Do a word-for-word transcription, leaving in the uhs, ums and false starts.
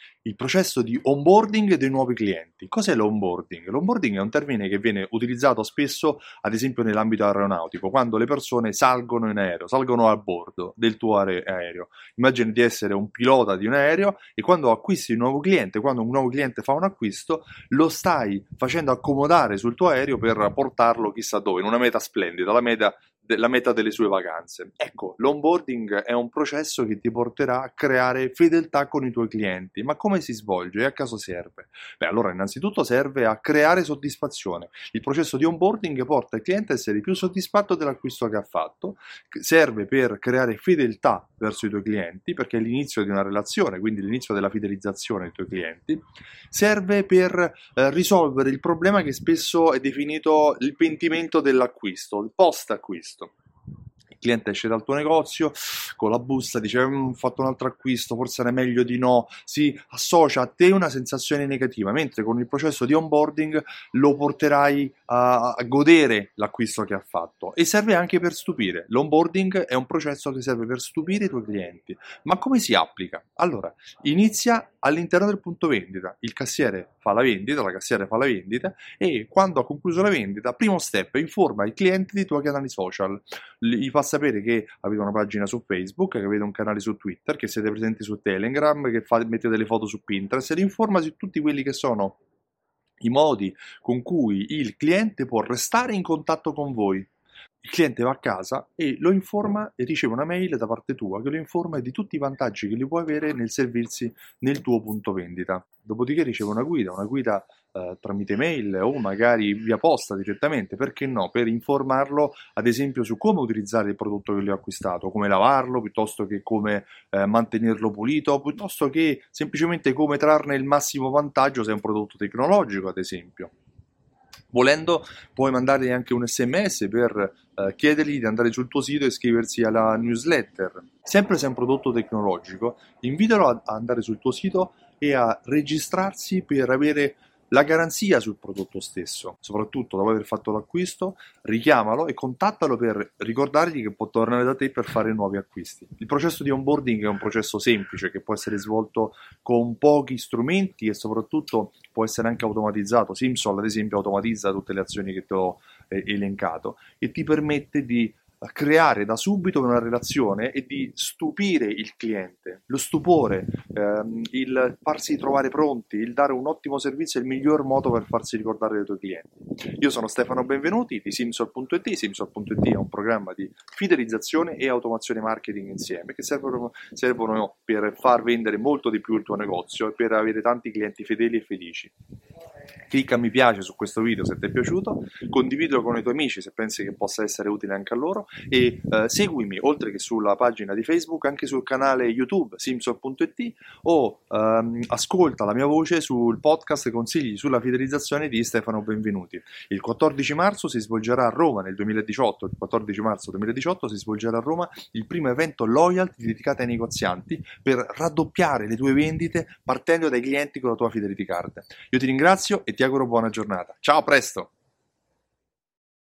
il processo di onboarding dei nuovi clienti. Cos'è l'onboarding? L'onboarding è un termine che viene utilizzato spesso, ad esempio nell'ambito aeronautico, quando le persone salgono in aereo, salgono a bordo del tuo aereo. Immagini di essere un pilota di un aereo e quando acquisti un nuovo cliente, quando un nuovo cliente fa un acquisto, lo stai facendo accomodare sul tuo aereo per portarlo chissà dove, in una meta splendida, la meta la meta delle sue vacanze. Ecco, l'onboarding è un processo che ti porterà a creare fedeltà con i tuoi clienti. Ma come si svolge e a caso serve? Beh, allora innanzitutto serve a creare soddisfazione. Il processo di onboarding porta il cliente a essere più soddisfatto dell'acquisto che ha fatto, serve per creare fedeltà verso i tuoi clienti, perché è l'inizio di una relazione, quindi l'inizio della fidelizzazione dei tuoi clienti, serve per eh, risolvere il problema che spesso è definito il pentimento dell'acquisto, il post-acquisto. Il cliente esce dal tuo negozio con la busta, dice ho fatto un altro acquisto, forse era meglio di no, si associa a te una sensazione negativa, mentre con il processo di onboarding lo porterai a, a godere l'acquisto che ha fatto. E serve anche per stupire. L'onboarding è un processo che serve per stupire i tuoi clienti. Ma come si applica? Allora, inizia all'interno del punto vendita, il cassiere fa la vendita, la cassiera fa la vendita e quando ha concluso la vendita, primo step, informa il cliente dei tuoi canali social, gli fa sapere che avete una pagina su Facebook, che avete un canale su Twitter, che siete presenti su Telegram, che fate, mettete delle foto su Pinterest e li informa su tutti quelli che sono i modi con cui il cliente può restare in contatto con voi. Il cliente va a casa e lo informa e riceve una mail da parte tua che lo informa di tutti i vantaggi che li può avere nel servirsi nel tuo punto vendita. Dopodiché riceve una guida, una guida eh, tramite mail o magari via posta direttamente, perché no, per informarlo ad esempio su come utilizzare il prodotto che lui ha acquistato, come lavarlo, piuttosto che come eh, mantenerlo pulito, piuttosto che semplicemente come trarne il massimo vantaggio se è un prodotto tecnologico, ad esempio. Volendo puoi mandargli anche un sms per eh, chiedergli di andare sul tuo sito e iscriversi alla newsletter. Sempre se è un prodotto tecnologico, invitalo a andare sul tuo sito e a registrarsi per avere la garanzia sul prodotto stesso. Soprattutto dopo aver fatto l'acquisto, richiamalo e contattalo per ricordargli che può tornare da te per fare nuovi acquisti. Il processo di onboarding è un processo semplice che può essere svolto con pochi strumenti e soprattutto può essere anche automatizzato. Simsol ad esempio automatizza tutte le azioni che ti ho eh, elencato e ti permette di creare da subito una relazione e di stupire il cliente. Lo stupore, ehm, il farsi trovare pronti, il dare un ottimo servizio è il miglior modo per farsi ricordare dei tuoi clienti. Io sono Stefano Benvenuti di Simsol punto it. Simsol punto it è un programma di fidelizzazione e automazione marketing insieme che servono, servono per far vendere molto di più il tuo negozio e per avere tanti clienti fedeli e felici. Clicca mi piace su questo video se ti è piaciuto, condividilo con i tuoi amici se pensi che possa essere utile anche a loro e eh, seguimi oltre che sulla pagina di Facebook anche sul canale YouTube Simsol punto it o ehm, ascolta la mia voce sul podcast Consigli sulla fidelizzazione di Stefano Benvenuti. Il quattordici marzo si svolgerà a Roma nel duemiladiciotto, il quattordici marzo duemiladiciotto si svolgerà a Roma il primo evento loyalty dedicato ai negozianti per raddoppiare le tue vendite partendo dai clienti con la tua Fidelity Card. Io ti ringrazio e ti auguro buona giornata. Ciao, a presto!